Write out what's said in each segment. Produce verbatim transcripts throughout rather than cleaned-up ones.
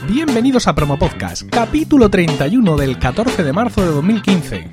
Bienvenidos a Promo Podcast, capítulo treinta y uno del catorce de marzo de dos mil quince.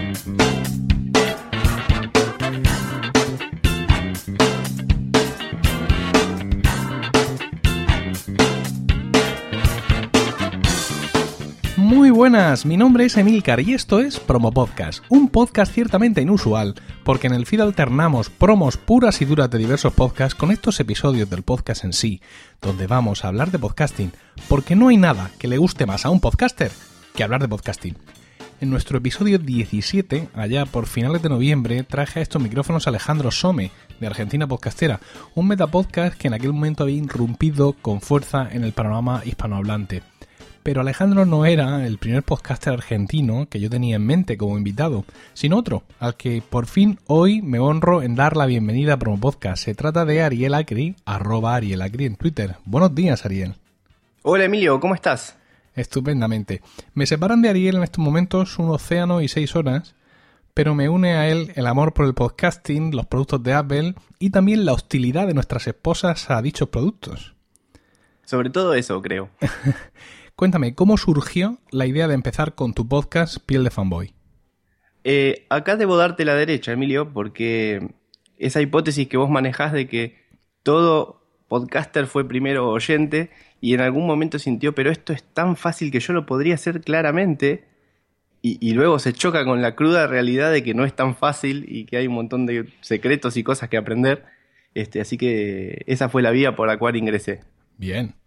Muy buenas, mi nombre es Emilcar y esto es Promo Podcast, un podcast ciertamente inusual, porque en el feed alternamos promos puras y duras de diversos podcasts con estos episodios del podcast en sí, donde vamos a hablar de podcasting, porque no hay nada que le guste más a un podcaster que hablar de podcasting. En nuestro episodio diecisiete, allá por finales de noviembre, traje a estos micrófonos a Alejandro Some, de Argentina Podcastera, un metapodcast que en aquel momento había irrumpido con fuerza en el panorama hispanohablante. Pero Alejandro no era el primer podcaster argentino que yo tenía en mente como invitado, sino otro, al que por fin hoy me honro en dar la bienvenida a Promo Podcast. Se trata de Ariel Acri, arroba Ariel Acri en Twitter. Buenos días, Ariel. Hola, Emilio, ¿cómo estás? Estupendamente. Me separan de Ariel en estos momentos un océano y seis horas, pero me une a él el amor por el podcasting, los productos de Apple y también la hostilidad de nuestras esposas a dichos productos. Sobre todo eso, creo. Cuéntame, ¿cómo surgió la idea de empezar con tu podcast Piel de Fanboy? Eh, acá debo darte la derecha, Emilio, porque esa hipótesis que vos manejás de que todo podcaster fue primero oyente y en algún momento sintió, pero esto es tan fácil que yo lo podría hacer claramente, y, y luego se choca con la cruda realidad de que no es tan fácil y que hay un montón de secretos y cosas que aprender. Este, así que esa fue la vía por la cual ingresé. Bien.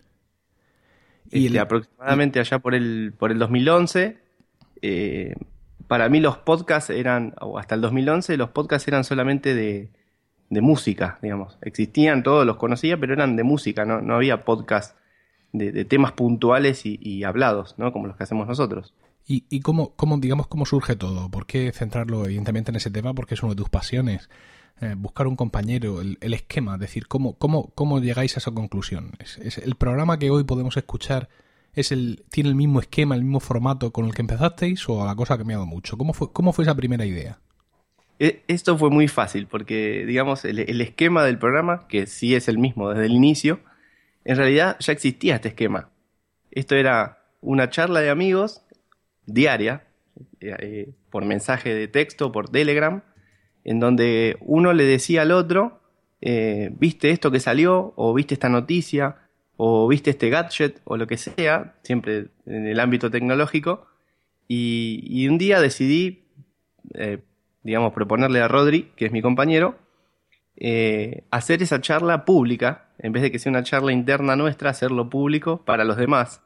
Y este, el, aproximadamente allá por el por el dos mil once, eh, para mí los podcasts eran, o hasta el dos mil once, los podcasts eran solamente de, de música, digamos. Existían, todos los conocía, pero eran de música, no, no había podcasts de, de temas puntuales y, y hablados, ¿no? Como los que hacemos nosotros. ¿Y, y cómo, cómo, digamos, cómo surge todo? ¿Por qué centrarlo evidentemente en ese tema? Porque es una de tus pasiones. Eh, buscar un compañero, el, el esquema, es decir, ¿cómo, cómo, cómo llegáis a esa conclusión? ¿Es, es el programa que hoy podemos escuchar es el tiene el mismo esquema, el mismo formato con el que empezasteis o la cosa ha cambiado mucho? ¿Cómo fue, cómo fue esa primera idea? Esto fue muy fácil porque, digamos, el, el esquema del programa, que sí es el mismo desde el inicio, en realidad ya existía este esquema. Esto era una charla de amigos diaria, eh, por mensaje de texto, por Telegram, en donde uno le decía al otro, eh, ¿viste esto que salió? ¿O viste esta noticia? ¿O viste este gadget? O lo que sea, siempre en el ámbito tecnológico. Y, y un día decidí, eh, digamos, proponerle a Rodri, que es mi compañero, eh, hacer esa charla pública, en vez de que sea una charla interna nuestra, hacerlo público para los demás.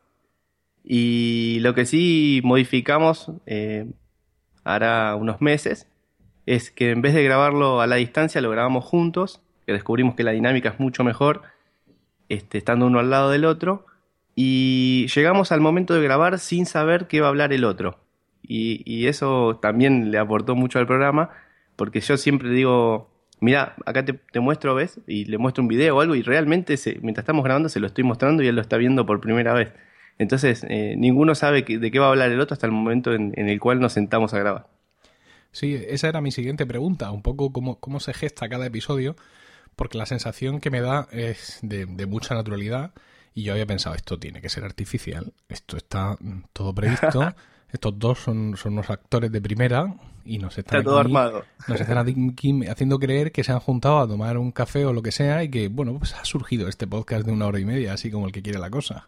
Y lo que sí modificamos, eh, hará unos meses, es que en vez de grabarlo a la distancia, lo grabamos juntos, que descubrimos que la dinámica es mucho mejor, este, estando uno al lado del otro, y llegamos al momento de grabar sin saber qué va a hablar el otro. Y, y eso también le aportó mucho al programa, porque yo siempre digo, mirá, acá te, te muestro, ¿ves? Y le muestro un video o algo, y realmente se, mientras estamos grabando se lo estoy mostrando y él lo está viendo por primera vez. Entonces, eh, ninguno sabe que, de qué va a hablar el otro hasta el momento en, en el cual nos sentamos a grabar. Sí, esa era mi siguiente pregunta, un poco cómo, cómo se gesta cada episodio, porque la sensación que me da es de, de mucha naturalidad y yo había pensado, esto tiene que ser artificial, esto está todo previsto, estos dos son, son unos actores de primera y nos están, está todo aquí, armado. nos están aquí haciendo creer que se han juntado a tomar un café o lo que sea y que, bueno, pues ha surgido este podcast de una hora y media, así como el que quiere la cosa.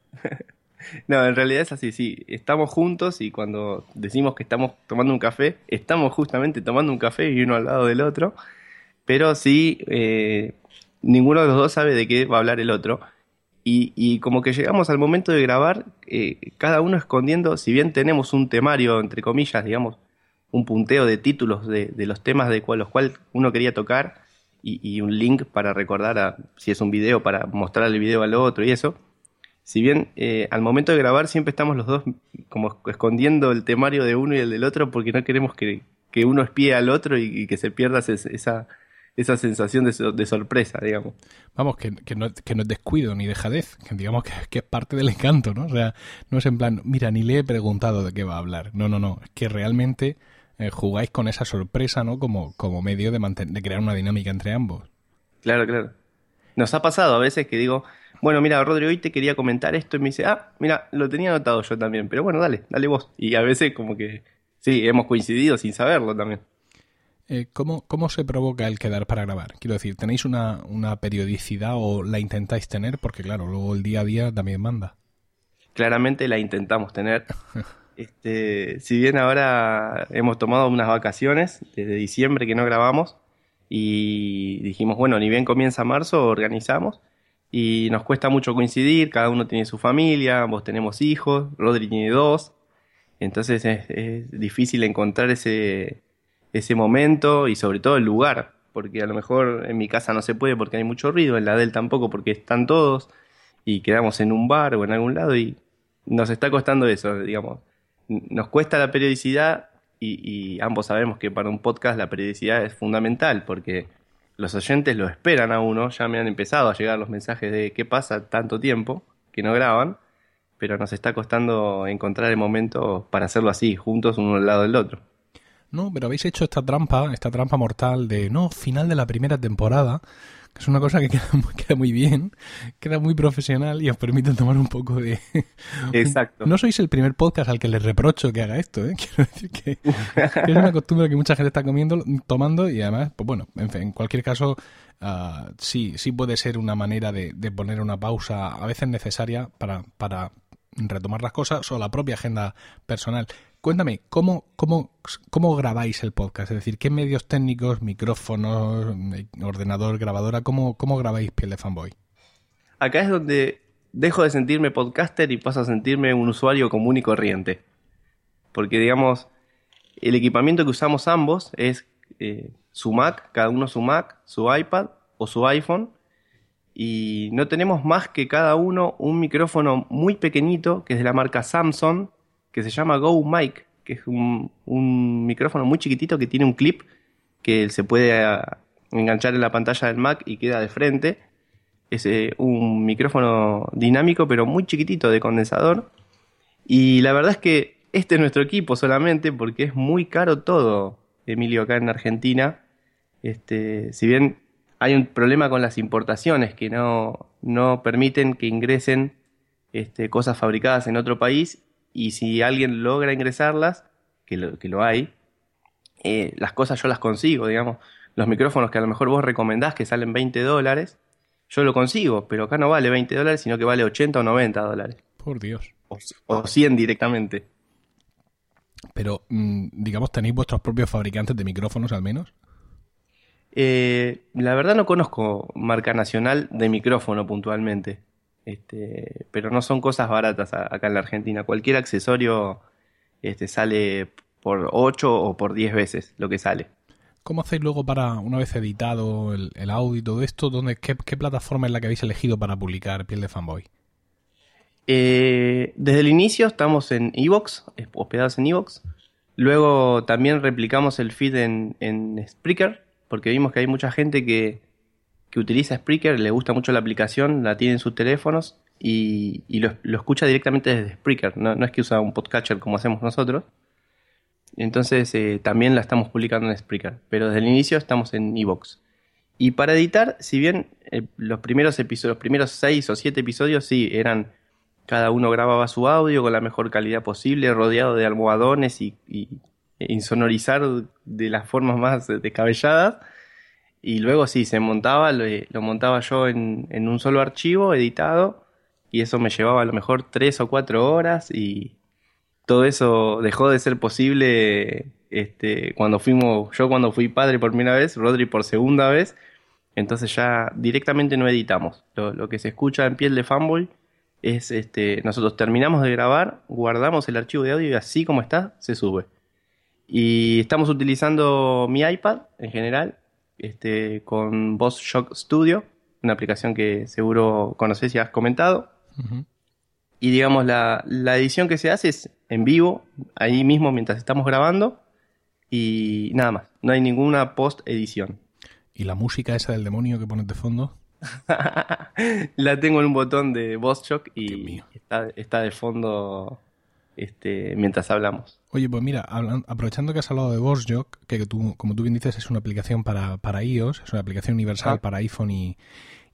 No, en realidad es así, sí, estamos juntos y cuando decimos que estamos tomando un café, estamos justamente tomando un café y uno al lado del otro, pero sí, eh, ninguno de los dos sabe de qué va a hablar el otro, y, y como que llegamos al momento de grabar, eh, cada uno escondiendo, si bien tenemos un temario, entre comillas, digamos, un punteo de títulos de, de los temas de cual, los cuales uno quería tocar, y, y un link para recordar a, si es un video, para mostrar el video al otro y eso. Si bien eh, al momento de grabar siempre estamos los dos como escondiendo el temario de uno y el del otro porque no queremos que, que uno espíe al otro y, y que se pierda ese, esa, esa sensación de, de sorpresa, digamos. Vamos, que, que, no, que no es descuido ni dejadez, que digamos que, que es parte del encanto, ¿no? O sea, no es en plan, mira, ni le he preguntado de qué va a hablar. No, no, no, es que realmente eh, jugáis con esa sorpresa, ¿no? Como, como medio de, mantener, de crear una dinámica entre ambos. Claro, claro. Nos ha pasado a veces que digo, bueno, mira, Rodrigo, hoy te quería comentar esto y me dice, ah, mira, lo tenía anotado yo también, pero bueno, dale, dale vos. Y a veces como que, sí, hemos coincidido sin saberlo también. Eh, ¿cómo, ¿Cómo se provoca el quedar para grabar? Quiero decir, ¿tenéis una, una periodicidad o la intentáis tener? Porque claro, luego el día a día también manda. Claramente la intentamos tener. Este, si bien ahora hemos tomado unas vacaciones desde diciembre que no grabamos y dijimos, bueno, ni bien comienza marzo, organizamos y nos cuesta mucho coincidir, cada uno tiene su familia, ambos tenemos hijos, Rodri tiene dos, entonces es, es difícil encontrar ese, ese momento y sobre todo el lugar, porque a lo mejor en mi casa no se puede porque hay mucho ruido, en la de él tampoco porque están todos y quedamos en un bar o en algún lado y nos está costando eso, digamos. Nos cuesta la periodicidad y, y ambos sabemos que para un podcast la periodicidad es fundamental porque los oyentes lo esperan a uno, ya me han empezado a llegar los mensajes de qué pasa tanto tiempo que no graban, pero nos está costando encontrar el momento para hacerlo así, juntos uno al lado del otro. No, pero habéis hecho esta trampa, esta trampa mortal de, no, final de la primera temporada, que es una cosa que queda muy, queda muy bien, queda muy profesional y os permite tomar un poco de... Exacto. No sois el primer podcast al que les reprocho que haga esto, ¿eh? Quiero decir que, que es una costumbre que mucha gente está comiendo, tomando y además, pues bueno, en, fin, en cualquier caso, uh, sí, sí puede ser una manera de, de poner una pausa a veces necesaria para, para retomar las cosas o la propia agenda personal. Cuéntame, ¿cómo, cómo, ¿cómo grabáis el podcast? Es decir, ¿qué medios técnicos, micrófonos, ordenador, grabadora, cómo, cómo grabáis Piel de Fanboy? Acá es donde dejo de sentirme podcaster y paso a sentirme un usuario común y corriente. Porque, digamos, el equipamiento que usamos ambos es eh, su Mac, cada uno su Mac, su iPad o su iPhone. Y no tenemos más que cada uno un micrófono muy pequeñito, que es de la marca Samsung, que se llama Go Mic, que es un, un micrófono muy chiquitito que tiene un clip que se puede a, enganchar en la pantalla del Mac y queda de frente. Es eh, un micrófono dinámico pero muy chiquitito de condensador. Y la verdad es que este es nuestro equipo solamente porque es muy caro todo, Emilio, acá en Argentina. Este, si bien hay un problema con las importaciones que no, no permiten que ingresen este, cosas fabricadas en otro país. Y si alguien logra ingresarlas, que lo, que lo hay, eh, las cosas yo las consigo, digamos. Los micrófonos que a lo mejor vos recomendás que salen veinte dólares, yo lo consigo, pero acá no vale veinte dólares, sino que vale ochenta o noventa dólares. Por Dios. O, o cien directamente. Pero, mmm, digamos, ¿tenéis vuestros propios fabricantes de micrófonos al menos? Eh, la verdad no conozco marca nacional de micrófono puntualmente. Este, pero no son cosas baratas a, acá en la Argentina. Cualquier accesorio este, sale por ocho o por diez veces lo que sale. ¿Cómo hacéis luego para, una vez editado el, el audio y todo esto, ¿dónde, qué, qué plataforma es la que habéis elegido para publicar Piel de Fanboy? Eh, desde el inicio estamos en iVoox, hospedados en iVoox. Luego también replicamos el feed en, en Spreaker, porque vimos que hay mucha gente que... que utiliza Spreaker, le gusta mucho la aplicación, la tiene en sus teléfonos y, y lo, lo escucha directamente desde Spreaker, no, no es que usa un podcatcher como hacemos nosotros. Entonces eh, también la estamos publicando en Spreaker, pero desde el inicio estamos en iVoox. Y para editar, si bien eh, los primeros episodios, los primeros seis o siete episodios sí eran, cada uno grababa su audio con la mejor calidad posible, rodeado de almohadones y, y insonorizar de las formas más descabelladas. Y luego sí, se montaba, lo, lo montaba yo en, en un solo archivo editado y eso me llevaba a lo mejor tres o cuatro horas y todo eso dejó de ser posible este, cuando fuimos, yo cuando fui padre por primera vez, Rodri por segunda vez, entonces ya directamente no editamos. Lo, lo que se escucha en Piel de Fanboy es, este, nosotros terminamos de grabar, guardamos el archivo de audio y así como está, se sube. Y estamos utilizando mi iPad en general, Este, con VozShock Studio, una aplicación que seguro conocés y has comentado. Uh-huh. Y digamos, la, la edición que se hace es en vivo, ahí mismo mientras estamos grabando, y nada más, no hay ninguna post-edición. ¿Y la música esa del demonio que pones de fondo? La tengo en un botón de VozShock y está, está de fondo este, mientras hablamos. Oye, pues mira, aprovechando que has hablado de VozShock, que tú, como tú bien dices, es una aplicación para, para iOS, es una aplicación universal ah. para iPhone y,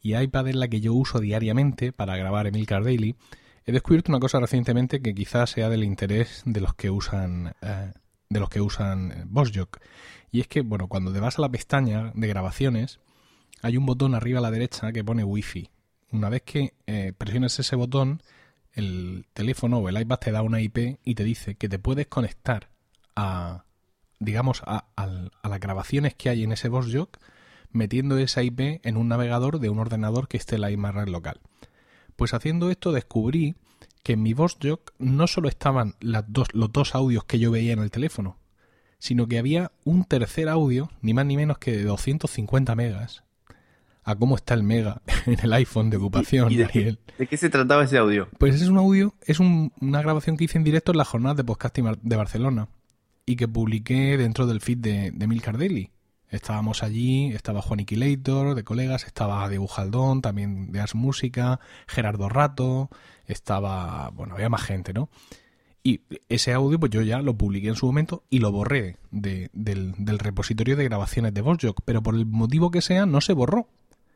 y iPad es la que yo uso diariamente para grabar Emilcar Daily, he descubierto una cosa recientemente que quizás sea del interés de los que usan eh, de los que usan VoxJock. Y es que, bueno, cuando te vas a la pestaña de grabaciones, hay un botón arriba a la derecha que pone Wi-Fi. Una vez que eh, presiones ese botón, el teléfono o el iPad te da una I P y te dice que te puedes conectar a, digamos, a, a, a las grabaciones que hay en ese VoxJock metiendo esa I P en un navegador de un ordenador que esté en la misma red local. Pues haciendo esto descubrí que en mi VoxJock no solo estaban las dos, los dos audios que yo veía en el teléfono, sino que había un tercer audio, ni más ni menos que de doscientos cincuenta megas, a cómo está el mega en el iPhone de ocupación. ¿Y, y de, qué, de qué se trataba ese audio? Pues es un audio, es un, una grabación que hice en directo en las jornadas de podcasting de Barcelona y que publiqué dentro del feed de, de Emilcar Daily. Estábamos allí, estaba Juan Iquilator de colegas, estaba Diego Jaldón, también de Ars Música, Gerardo Rato, estaba, bueno, había más gente, ¿no? Y ese audio pues yo ya lo publiqué en su momento y lo borré de, del, del repositorio de grabaciones de VoxJock, pero por el motivo que sea no se borró.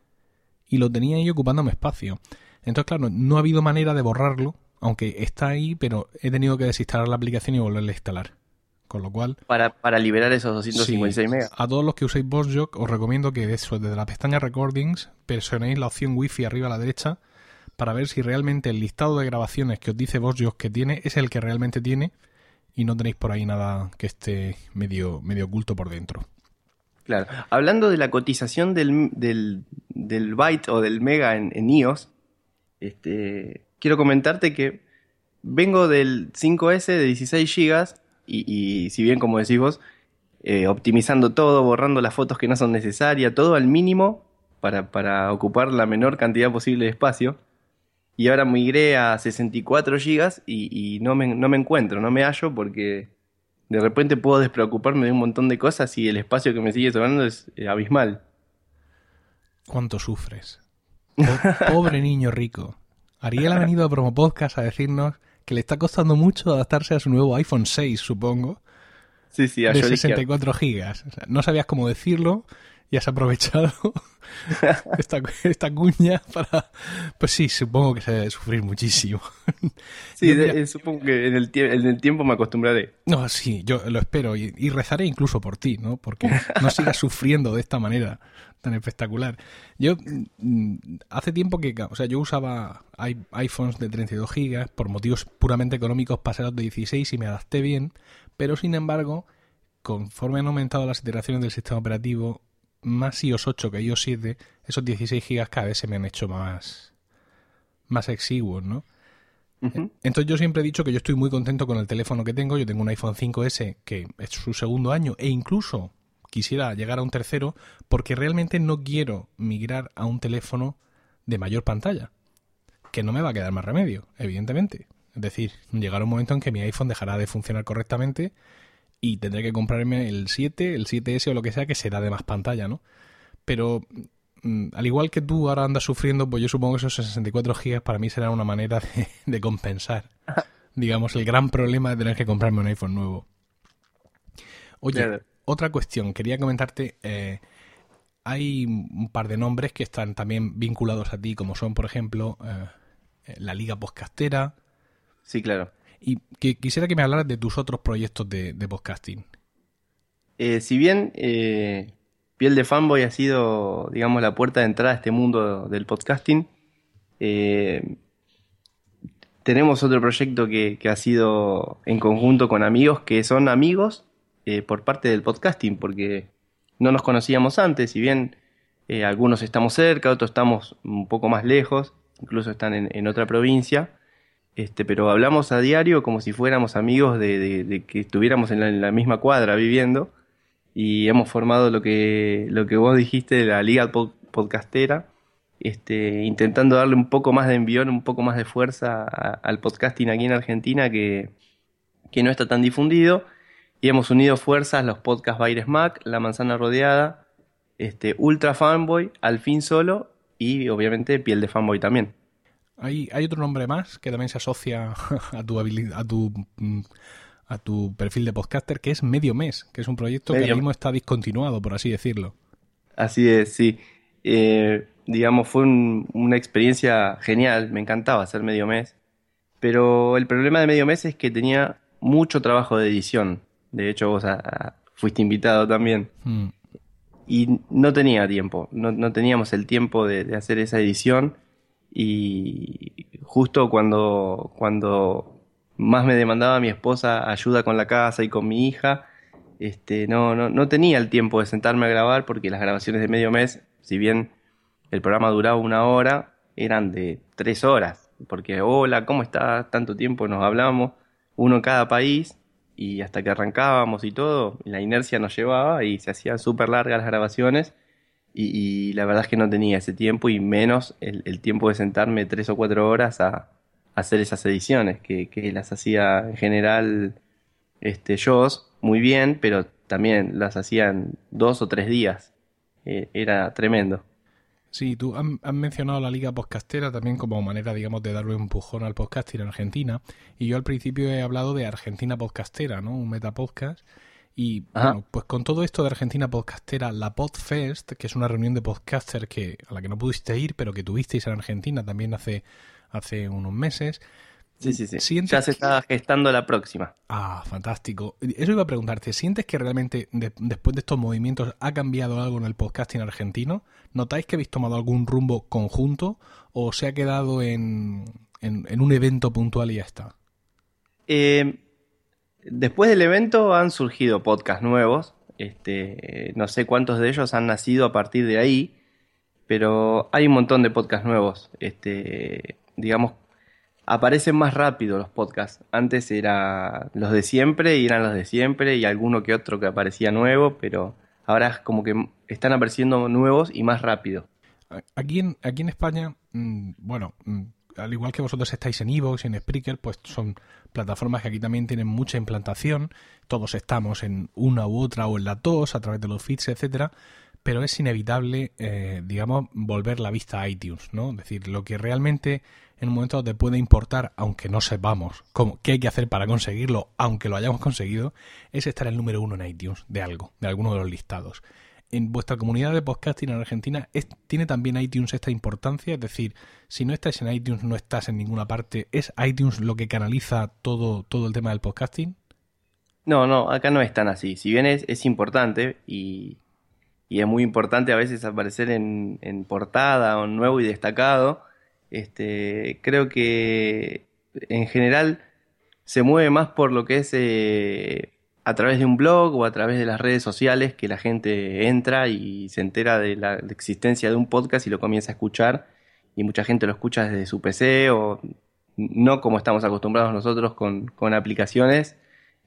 Y lo tenía ahí ocupándome espacio. Entonces, claro, no ha habido manera de borrarlo, aunque está ahí, pero he tenido que desinstalar la aplicación y volverla a instalar. Con lo cual... Para, para liberar esos doscientos cincuenta y seis sí, megas. A todos los que uséis VoxJock os recomiendo que de eso, desde la pestaña Recordings presionéis la opción Wi-Fi arriba a la derecha para ver si realmente el listado de grabaciones que os dice VoxJock que tiene es el que realmente tiene y no tenéis por ahí nada que esté medio, medio oculto por dentro. Claro. Hablando de la cotización del, del, del byte o del mega en, en iOS, este, quiero comentarte que vengo del cinco ese de dieciséis gigas y, y si bien, como decís vos, eh, optimizando todo, borrando las fotos que no son necesarias, todo al mínimo para, para ocupar la menor cantidad posible de espacio. Y ahora migré a sesenta y cuatro gigas y, y no, me, no me encuentro, no me hallo porque... De repente puedo despreocuparme de un montón de cosas y el espacio que me sigue sobrando es eh, abismal. ¿Cuánto sufres? Po- pobre niño rico. Ariel ha venido a Promo Podcast a decirnos que le está costando mucho adaptarse a su nuevo iPhone seis, supongo. Sí, sí, a de sesenta y cuatro gigas. O sea, no sabías cómo decirlo y has aprovechado esta, esta cuña para... Pues sí, supongo que se debe sufrir muchísimo. Sí, de, mira, supongo que en el, tie- en el tiempo me acostumbraré. No, sí, yo lo espero y, y rezaré incluso por ti, ¿no? Porque no sigas sufriendo de esta manera tan espectacular. Yo, hace tiempo que... O sea, yo usaba i- iPhones de treinta y dos gigas por motivos puramente económicos, pasé a los de dieciséis y me adapté bien, pero sin embargo, conforme han aumentado las iteraciones del sistema operativo, más iOS ocho que iOS siete, esos dieciséis gigas cada vez se me han hecho más, más exiguos, ¿no? Uh-huh. Entonces yo siempre he dicho que yo estoy muy contento con el teléfono que tengo. Yo tengo un iPhone cinco ese que es su segundo año e incluso quisiera llegar a un tercero porque realmente no quiero migrar a un teléfono de mayor pantalla, que no me va a quedar más remedio, evidentemente. Es decir, llegará un momento en que mi iPhone dejará de funcionar correctamente y tendré que comprarme el siete, el siete ese o lo que sea, que será de más pantalla, ¿no? Pero mm, al igual que tú ahora andas sufriendo, pues yo supongo que esos sesenta y cuatro gigas para mí será una manera de, de compensar, digamos, el gran problema de tener que comprarme un iPhone nuevo. Oye, claro. Otra cuestión, quería comentarte, eh, hay un par de nombres que están también vinculados a ti, como son, por ejemplo, eh, la Liga Podcastera. Sí, claro. Y que quisiera que me hablaras de tus otros proyectos de, de podcasting. Eh, si bien eh, Piel de Fanboy ha sido, digamos, la puerta de entrada a este mundo del podcasting, eh, tenemos otro proyecto que, que ha sido en conjunto con amigos que son amigos eh, por parte del podcasting, porque no nos conocíamos antes, si bien eh, algunos estamos cerca, otros estamos un poco más lejos, incluso están en, en otra provincia. Este, pero hablamos a diario como si fuéramos amigos de, de, de que estuviéramos en la, en la misma cuadra viviendo y hemos formado lo que, lo que vos dijiste de la Liga Pod- Podcastera, este, intentando darle un poco más de envión, un poco más de fuerza a, al podcasting aquí en Argentina que, que no está tan difundido, y hemos unido fuerzas los podcasts Baires Mac, La Manzana Rodeada, este, Ultra Fanboy, Al Fin Solo y obviamente Piel de Fanboy también. Hay, hay otro nombre más que también se asocia a tu habilidad, a tu a tu perfil de podcaster, que es Medio Mes, que es un proyecto Medio. que ahora mismo está discontinuado, por así decirlo. Así es, sí. Eh, digamos, fue un- una experiencia genial, me encantaba hacer medio mes, pero el problema de medio mes es que tenía mucho trabajo de edición. De hecho, vos a- a- fuiste invitado también. Mm. Y no tenía tiempo, no, no teníamos el tiempo de, de hacer esa edición y justo cuando, cuando más me demandaba mi esposa ayuda con la casa y con mi hija, este, no, no, no tenía el tiempo de sentarme a grabar porque las grabaciones de medio mes, si bien el programa duraba una hora, eran de tres horas, porque hola, ¿cómo estás? Tanto tiempo nos hablamos, uno en cada país y hasta que arrancábamos y todo, la inercia nos llevaba y se hacían súper largas las grabaciones y, y la verdad es que no tenía ese tiempo y menos el, el tiempo de sentarme tres o cuatro horas a, a hacer esas ediciones, que, que las hacía en general este, yo muy bien, pero también las hacía en dos o tres días. Eh, era tremendo. Sí, tú has, has mencionado la Liga Podcastera también como manera, digamos, de darle un empujón al podcasting en Argentina. Y yo al principio he hablado de Argentina Podcastera, ¿no? Un metapodcast. Y Ajá. bueno, pues con todo esto de Argentina Podcastera, la Podfest, que es una reunión de podcasters que, a la que no pudiste ir, pero que tuvisteis en Argentina también hace, hace unos meses. Sí, sí, sí. ¿Sientes Ya se que... estaba gestando la próxima. Ah, fantástico. Eso iba a preguntarte, ¿sientes que realmente de- después de estos movimientos ha cambiado algo en el podcasting argentino? ¿Notáis que habéis tomado algún rumbo conjunto o se ha quedado en, en, en un evento puntual y ya está? Eh, Después del evento han surgido podcasts nuevos. Este, no sé cuántos de ellos han nacido a partir de ahí, pero hay un montón de podcasts nuevos. Este, digamos, aparecen más rápido los podcasts. Antes eran los de siempre y eran los de siempre y alguno que otro que aparecía nuevo, pero ahora es como que están apareciendo nuevos y más rápido. Aquí en, aquí en España, mmm, bueno, mmm, al igual que vosotros estáis en iVoox y en Spreaker, pues son plataformas que aquí también tienen mucha implantación. Todos estamos en una u otra o en las dos a través de los feeds, etcétera. Pero es inevitable, eh, digamos, volver la vista a iTunes, ¿no? Es decir, lo que realmente en un momento te puede importar, aunque no sepamos cómo, qué hay que hacer para conseguirlo, aunque lo hayamos conseguido, es estar el número uno en iTunes de algo, de alguno de los listados. En vuestra comunidad de podcasting en Argentina, ¿es, ¿tiene también iTunes esta importancia? Es decir, si no estás en iTunes, no estás en ninguna parte. ¿Es iTunes lo que canaliza todo, todo el tema del podcasting? No, no, acá no es tan así. Si bien es, es importante y, y es muy importante a veces aparecer en, en portada o nuevo y destacado, este, creo que en general se mueve más por lo que es eh, a través de un blog o a través de las redes sociales que la gente entra y se entera de la, de existencia de un podcast y lo comienza a escuchar y mucha gente lo escucha desde su P C o no como estamos acostumbrados nosotros con, con aplicaciones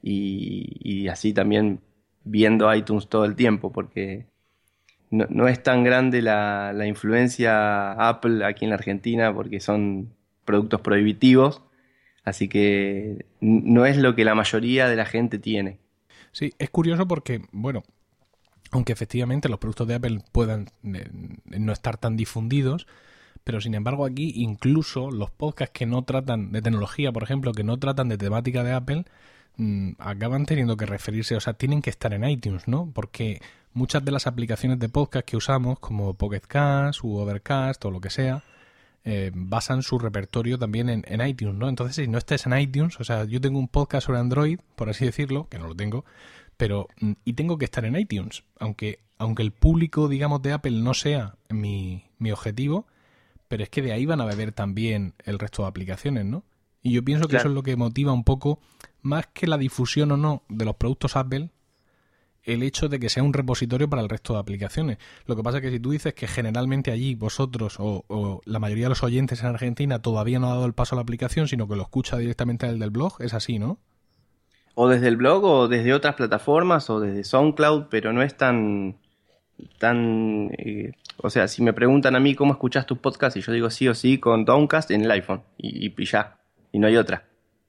y, y así también viendo iTunes todo el tiempo porque no, no es tan grande la, la influencia Apple aquí en la Argentina porque son productos prohibitivos. Así que n- no es lo que la mayoría de la gente tiene. Sí, es curioso porque, bueno, aunque efectivamente los productos de Apple puedan eh, no estar tan difundidos, pero sin embargo aquí incluso los podcasts que no tratan de tecnología, por ejemplo, que no tratan de temática de Apple, mmm, acaban teniendo que referirse, o sea, tienen que estar en iTunes, ¿no? Porque muchas de las aplicaciones de podcast que usamos, como Pocket Cast u Overcast o lo que sea, eh, basan su repertorio también en, en iTunes, ¿no? Entonces, si no estás en iTunes, o sea, yo tengo un podcast sobre Android, por así decirlo, que no lo tengo, pero mm, y tengo que estar en iTunes, aunque aunque el público, digamos, de Apple no sea mi, mi objetivo, pero es que de ahí van a beber también el resto de aplicaciones, ¿no? Y yo pienso que eso Claro. es lo que motiva un poco, más que la difusión o no de los productos Apple, el hecho de que sea un repositorio para el resto de aplicaciones. Lo que pasa es que si tú dices que generalmente allí vosotros o, o la mayoría de los oyentes en Argentina todavía no ha dado el paso a la aplicación, sino que lo escucha directamente del del blog, es así, ¿no? O desde el blog o desde otras plataformas o desde SoundCloud, pero no es tan, tan, eh, o sea, si me preguntan a mí cómo escuchas tus podcasts y yo digo sí o sí con Downcast en el iPhone y, y ya, y no hay otra.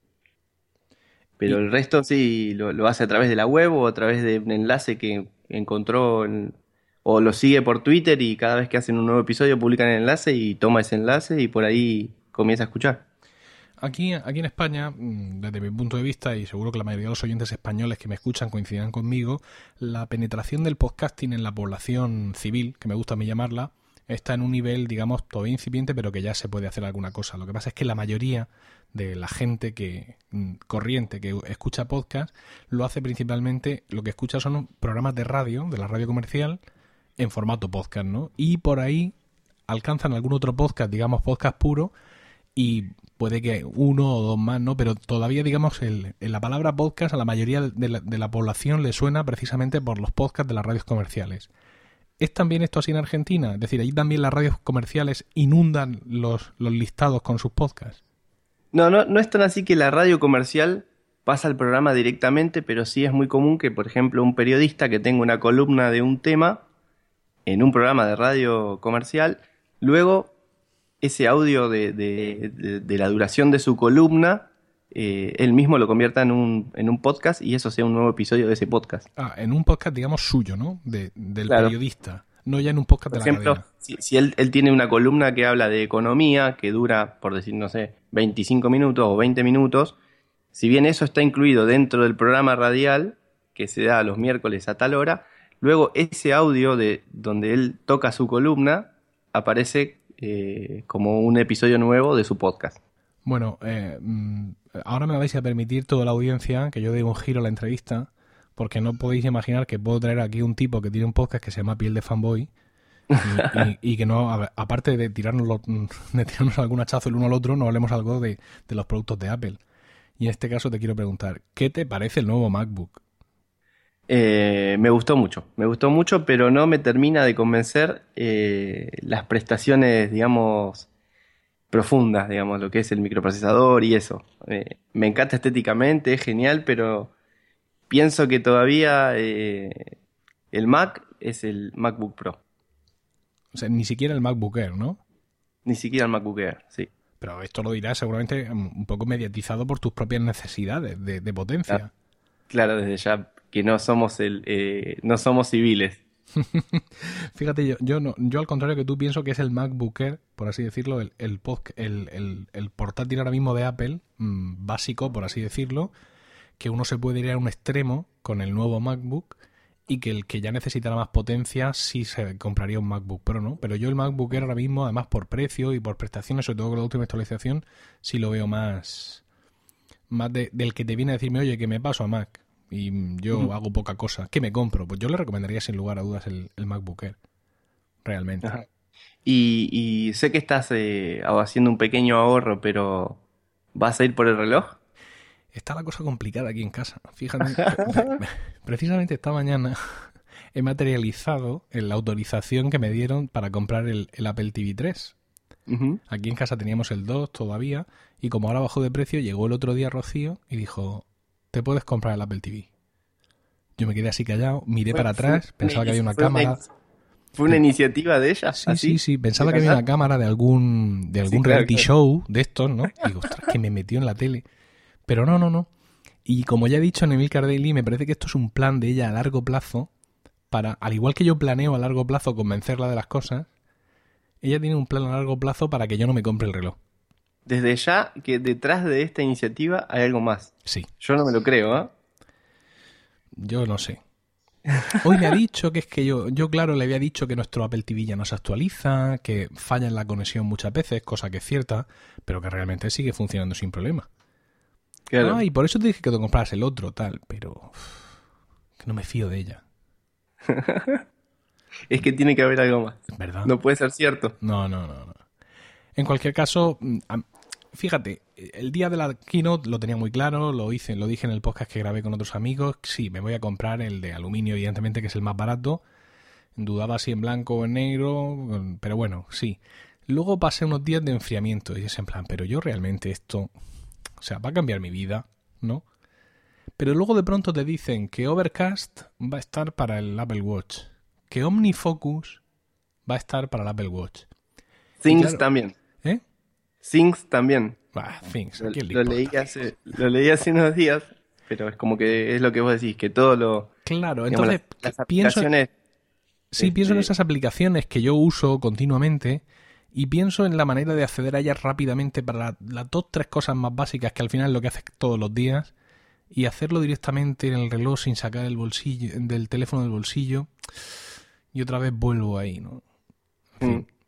Pero Y, el resto sí lo, lo hace a través de la web o a través de un enlace que encontró en- o lo sigue por Twitter y cada vez que hacen un nuevo episodio publican el enlace y toma ese enlace y por ahí comienza a escuchar. Aquí, aquí en España, mm, desde mi punto de vista, y seguro que la mayoría de los oyentes españoles que me escuchan coincidirán conmigo, la penetración del podcasting en la población civil, que me gusta a mí llamarla, está en un nivel, digamos, todavía incipiente, pero que ya se puede hacer alguna cosa. Lo que pasa es que la mayoría de la gente que corriente que escucha podcast lo hace principalmente, lo que escucha son programas de radio, de la radio comercial, en formato podcast, ¿no? Y por ahí alcanzan algún otro podcast, digamos, podcast puro, y puede que uno o dos más, ¿no? Pero todavía, digamos, el, la palabra podcast a la mayoría de la, de la población le suena precisamente por los podcasts de las radios comerciales. ¿Es también esto así en Argentina? Es decir, ¿ahí también las radios comerciales inundan los, los listados con sus podcasts? No, no, no es tan así que la radio comercial pasa al programa directamente, pero sí es muy común que, por ejemplo, un periodista que tenga una columna de un tema en un programa de radio comercial, luego ese audio de, de, de, de la duración de su columna, eh, él mismo lo convierta en un, en un podcast y eso sea un nuevo episodio de ese podcast. Ah, en un podcast, digamos, suyo, ¿no? De, del Claro. periodista, no ya en un podcast Por de la ejemplo, cadena. si, si él, él tiene una columna que habla de economía, que dura, por decir, no sé, veinticinco minutos o veinte minutos, si bien eso está incluido dentro del programa radial, que se da los miércoles a tal hora, luego ese audio de donde él toca su columna aparece eh, como un episodio nuevo de su podcast. Bueno, eh, ahora me vais a permitir toda la audiencia que yo dé un giro a la entrevista, porque no podéis imaginar que puedo traer aquí un tipo que tiene un podcast que se llama Piel de Fanboy y, y, y que no, a, aparte de tirarnos, lo, de tirarnos algún hachazo el uno al otro, no hablemos algo de, de los productos de Apple. Y en este caso te quiero preguntar, ¿qué te parece el nuevo MacBook? Eh, me gustó mucho, me gustó mucho, pero no me termina de convencer eh, las prestaciones, digamos, profundas, digamos, lo que es el microprocesador y eso. Eh, me encanta estéticamente, es genial, pero pienso que todavía eh, el Mac es el MacBook Pro, O sea, ni siquiera el MacBook Air, ¿no? ni siquiera el MacBook Air, sí. Pero esto lo dirás seguramente un poco mediatizado por tus propias necesidades de, de potencia. Claro, claro, desde ya que no somos el, eh, no somos civiles. Fíjate, yo, yo no, yo al contrario que tú pienso que es el MacBook Air, por así decirlo, el, el, pod- el, el, el portátil ahora mismo de Apple, mmm, básico, por así decirlo, que uno se puede ir a un extremo con el nuevo MacBook y que el que ya necesitara más potencia sí se compraría un MacBook Pro, ¿no? Pero yo el MacBook Air ahora mismo, además por precio y por prestaciones, sobre todo con la última actualización, sí lo veo más, más de, del que te viene a decirme, oye, que me paso a Mac y yo uh-huh. hago poca cosa. ¿Qué me compro? Pues yo le recomendaría sin lugar a dudas el, el MacBook Air. Realmente. Ajá. Y, y sé que estás eh, haciendo un pequeño ahorro, pero ¿vas a ir por el reloj? Está la cosa complicada aquí en casa. Fíjate, precisamente esta mañana he materializado en la autorización que me dieron para comprar el, el Apple T V tres. Uh-huh. Aquí en casa teníamos el dos todavía y como ahora bajó de precio, llegó el otro día Rocío y dijo, te puedes comprar el Apple T V. Yo me quedé así callado, miré bueno, para atrás, fue, pensaba que había una cámara... ¿Fue una iniciativa de ella? Sí, ¿así? sí, sí. Pensaba que había una cámara de algún, de algún sí, reality claro, claro. show de estos, ¿no? Y digo, ostras, que me metió en la tele. Pero no, no, no. Y como ya he dicho en Emilcar Daily, me parece que esto es un plan de ella a largo plazo para, al igual que yo planeo a largo plazo convencerla de las cosas, ella tiene un plan a largo plazo para que yo no me compre el reloj. Desde ya que detrás de esta iniciativa hay algo más. Sí. Yo no me lo creo, ¿eh? Yo no sé. Hoy me ha dicho que es que yo, yo claro, le había dicho que nuestro Apple T V ya no se actualiza, que falla en la conexión muchas veces, cosa que es cierta, pero que realmente sigue funcionando sin problema. Claro. Ah, y por eso te dije que te compraras el otro, tal, pero uff, que no me fío de ella. Es que tiene que haber algo más. ¿Verdad? No puede ser cierto. No, no, no, no. En cualquier caso, fíjate, el día de la keynote lo tenía muy claro, lo hice, lo dije en el podcast que grabé con otros amigos. Sí, me voy a comprar el de aluminio, evidentemente, que es el más barato. Dudaba si en blanco o en negro, pero bueno, sí. Luego pasé unos días de enfriamiento y es en plan, pero yo realmente esto, o sea, va a cambiar mi vida, ¿no? Pero luego de pronto te dicen que Overcast va a estar para el Apple Watch, que OmniFocus va a estar para el Apple Watch. Things claro, también. ¿Eh? Things también. Bah, Things. Lo, lo, leí hace, lo leí hace unos días, pero es como que es lo que vos decís, que todo lo... Claro, digamos, entonces las, las pienso... aplicaciones... Sí, este... pienso en esas aplicaciones que yo uso continuamente y pienso en la manera de acceder a ellas rápidamente para la, las dos, tres cosas más básicas que al final es lo que haces todos los días y hacerlo directamente en el reloj sin sacar el bolsillo, del teléfono del bolsillo y otra vez vuelvo ahí, ¿no? En fin.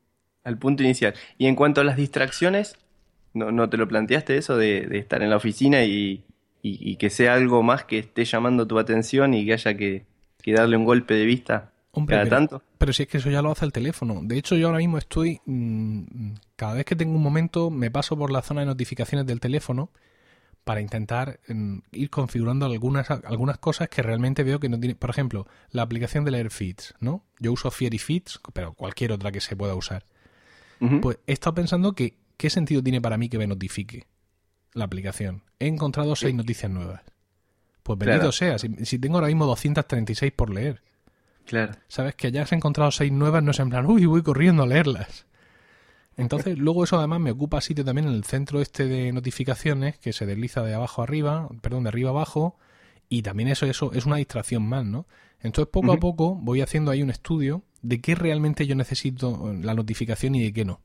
al punto inicial. Y en cuanto a las distracciones, ¿no, no te lo planteaste eso de, de estar en la oficina y, y, y que sea algo más que esté llamando tu atención y que haya que, que darle un golpe de vista Hombre, cada pero, tanto? pero si es que eso ya lo hace el teléfono. De hecho, yo ahora mismo estoy... Mmm, cada vez que tengo un momento me paso por la zona de notificaciones del teléfono para intentar mmm, ir configurando algunas, algunas cosas que realmente veo que no tiene... Por ejemplo, la aplicación del AirFits, ¿no? Yo uso Fiery Fits, pero cualquier otra que se pueda usar. Uh-huh. Pues he estado pensando que qué sentido tiene para mí que me notifique la aplicación. He encontrado seis sí. noticias nuevas. Pues bendito claro. sea, si, si tengo ahora mismo doscientas treinta y seis por leer. Claro. Sabes que hayas encontrado seis nuevas no es en plan, uy, voy corriendo a leerlas. Entonces, luego eso además me ocupa sitio también en el centro este de notificaciones que se desliza de abajo arriba, perdón, de arriba abajo, y también eso, eso es una distracción más, ¿no? Entonces, poco uh-huh. a poco voy haciendo ahí un estudio de qué realmente yo necesito la notificación y de qué no.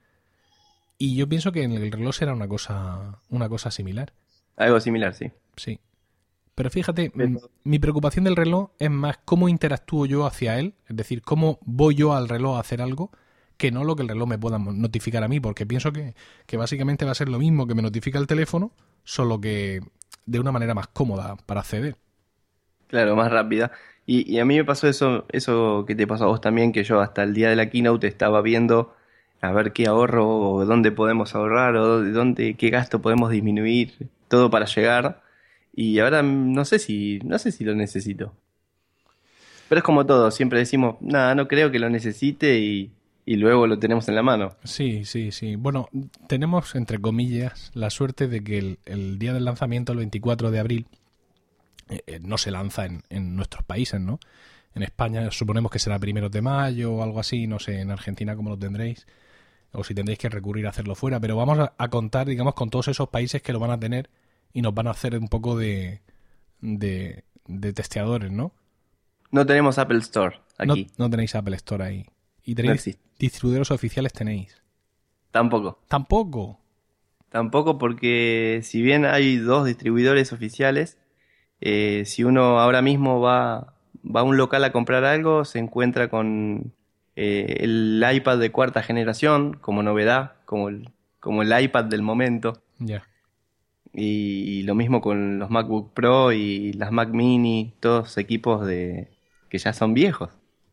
Y yo pienso que en el reloj será una cosa, una cosa similar. Algo similar, sí. Sí. Pero fíjate, m- mi preocupación del reloj es más cómo interactúo yo hacia él, es decir, cómo voy yo al reloj a hacer algo, que no lo que el reloj me pueda notificar a mí, porque pienso que, que básicamente va a ser lo mismo que me notifica el teléfono, solo que de una manera más cómoda para acceder. Claro, más rápida. Y, y a mí me pasó eso, eso que te pasó a vos también, que yo hasta el día de la keynote estaba viendo a ver qué ahorro o dónde podemos ahorrar o dónde, qué gasto podemos disminuir, todo para llegar. Y ahora no sé si, no sé si lo necesito. Pero es como todo, siempre decimos, nada, no creo que lo necesite y, y luego lo tenemos en la mano. Sí, sí, sí. Bueno, tenemos, entre comillas, la suerte de que el, el día del lanzamiento, el veinticuatro de abril, eh, no se lanza en, en nuestros países, ¿no? En España suponemos que será primeros de mayo o algo así, no sé, en Argentina cómo lo tendréis, o si tendréis que recurrir a hacerlo fuera, pero vamos a, a contar, digamos, con todos esos países que lo van a tener y nos van a hacer un poco de, de, de testeadores, ¿no? No tenemos Apple Store aquí. No, no tenéis Apple Store ahí. ¿Y tenéis no distribuidores oficiales tenéis? Tampoco. ¿Tampoco? Tampoco porque si bien hay dos distribuidores oficiales, eh, si uno ahora mismo va, va a un local a comprar algo, se encuentra con eh, el iPad de cuarta generación como novedad, como el, como el iPad del momento. Ya. Yeah. Y, y lo mismo con los MacBook Pro y las Mac Mini, todos equipos de que ya son viejos.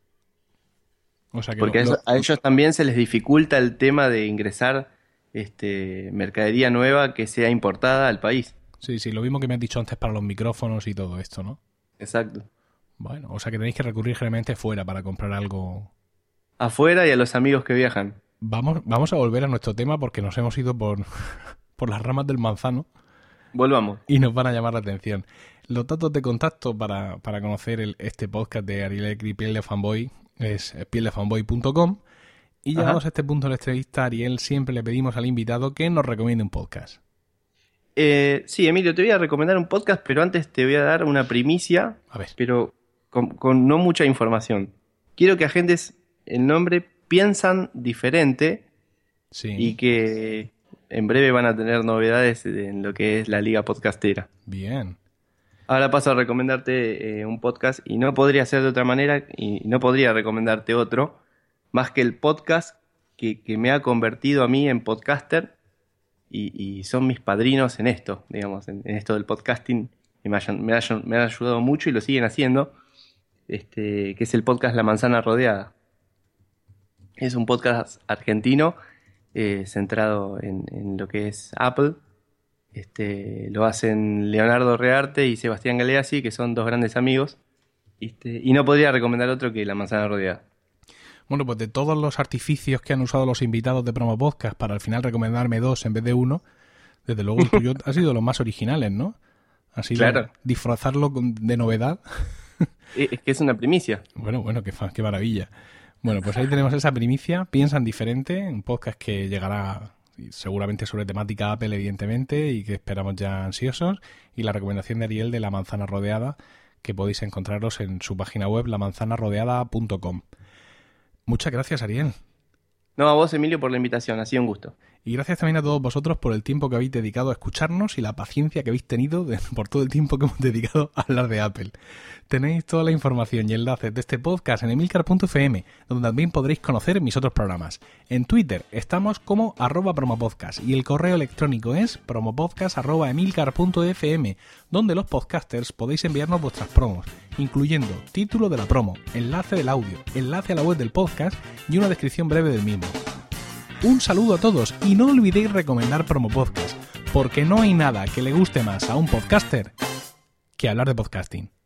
O sea que Porque lo, lo, a ellos también se les dificulta el tema de ingresar este, mercadería nueva que sea importada al país. Sí, sí, lo mismo que me has dicho antes para los micrófonos y todo esto, ¿no? Exacto. Bueno, o sea que tenéis que recurrir generalmente fuera para comprar algo. Afuera y a los amigos que viajan. Vamos, vamos a volver a nuestro tema porque nos hemos ido por, por las ramas del manzano. Volvamos. Y nos van a llamar la atención. Los datos de contacto para, para conocer el, este podcast de Ariel Ecri, Piel de Fanboy, es piel de fanboy punto com. Y llegados a este punto de la entrevista, Ariel, siempre le pedimos al invitado que nos recomiende un podcast. Eh, sí, Emilio, te voy a recomendar un podcast, pero antes te voy a dar una primicia, a ver. pero con, con no mucha información. Quiero que agentes el nombre Piensan Diferente, sí. Y que en breve van a tener novedades en lo que es la Liga Podcastera. Bien. Ahora paso a recomendarte eh, un podcast y no podría ser de otra manera y no podría recomendarte otro más que el podcast que, que me ha convertido a mí en podcaster y, y son mis padrinos en esto, digamos, en, en esto del podcasting y me, hayan, me, hayan, me han ayudado mucho y lo siguen haciendo, este, que es el podcast La Manzana Rodeada. Es un podcast argentino eh, centrado en, en lo que es Apple. Este, lo hacen Leonardo Rearte y Sebastián Galeazzi, que son dos grandes amigos. Este, y no podría recomendar otro que La Manzana Rodeada. Bueno, pues de todos los artificios que han usado los invitados de Promo Podcast para al final recomendarme dos en vez de uno, desde luego el tuyo ha sido los más originales, ¿no? Ha sido claro. Disfrazarlo de novedad. Es que es una primicia. Bueno, bueno, qué, qué maravilla. Bueno, pues ahí tenemos esa primicia. Piensan Diferente, un podcast que llegará seguramente sobre temática Apple, evidentemente, y que esperamos ya ansiosos. Y la recomendación de Ariel de La Manzana Rodeada, que podéis encontraros en su página web, la manzana rodeada punto com. Muchas gracias, Ariel. No, a vos, Emilio, por la invitación. Ha sido un gusto. Y gracias también a todos vosotros por el tiempo que habéis dedicado a escucharnos y la paciencia que habéis tenido de, por todo el tiempo que hemos dedicado a hablar de Apple. Tenéis toda la información y enlaces de este podcast en emilcar punto efe eme, donde también podréis conocer mis otros programas. En Twitter estamos como arroba promopodcast y el correo electrónico es promopodcast arroba emilcar punto efe eme, donde los podcasters podéis enviarnos vuestras promos, incluyendo título de la promo, enlace del audio, enlace a la web del podcast y una descripción breve del mismo. Un saludo a todos y no olvidéis recomendar Promopodcast, porque no hay nada que le guste más a un podcaster que hablar de podcasting.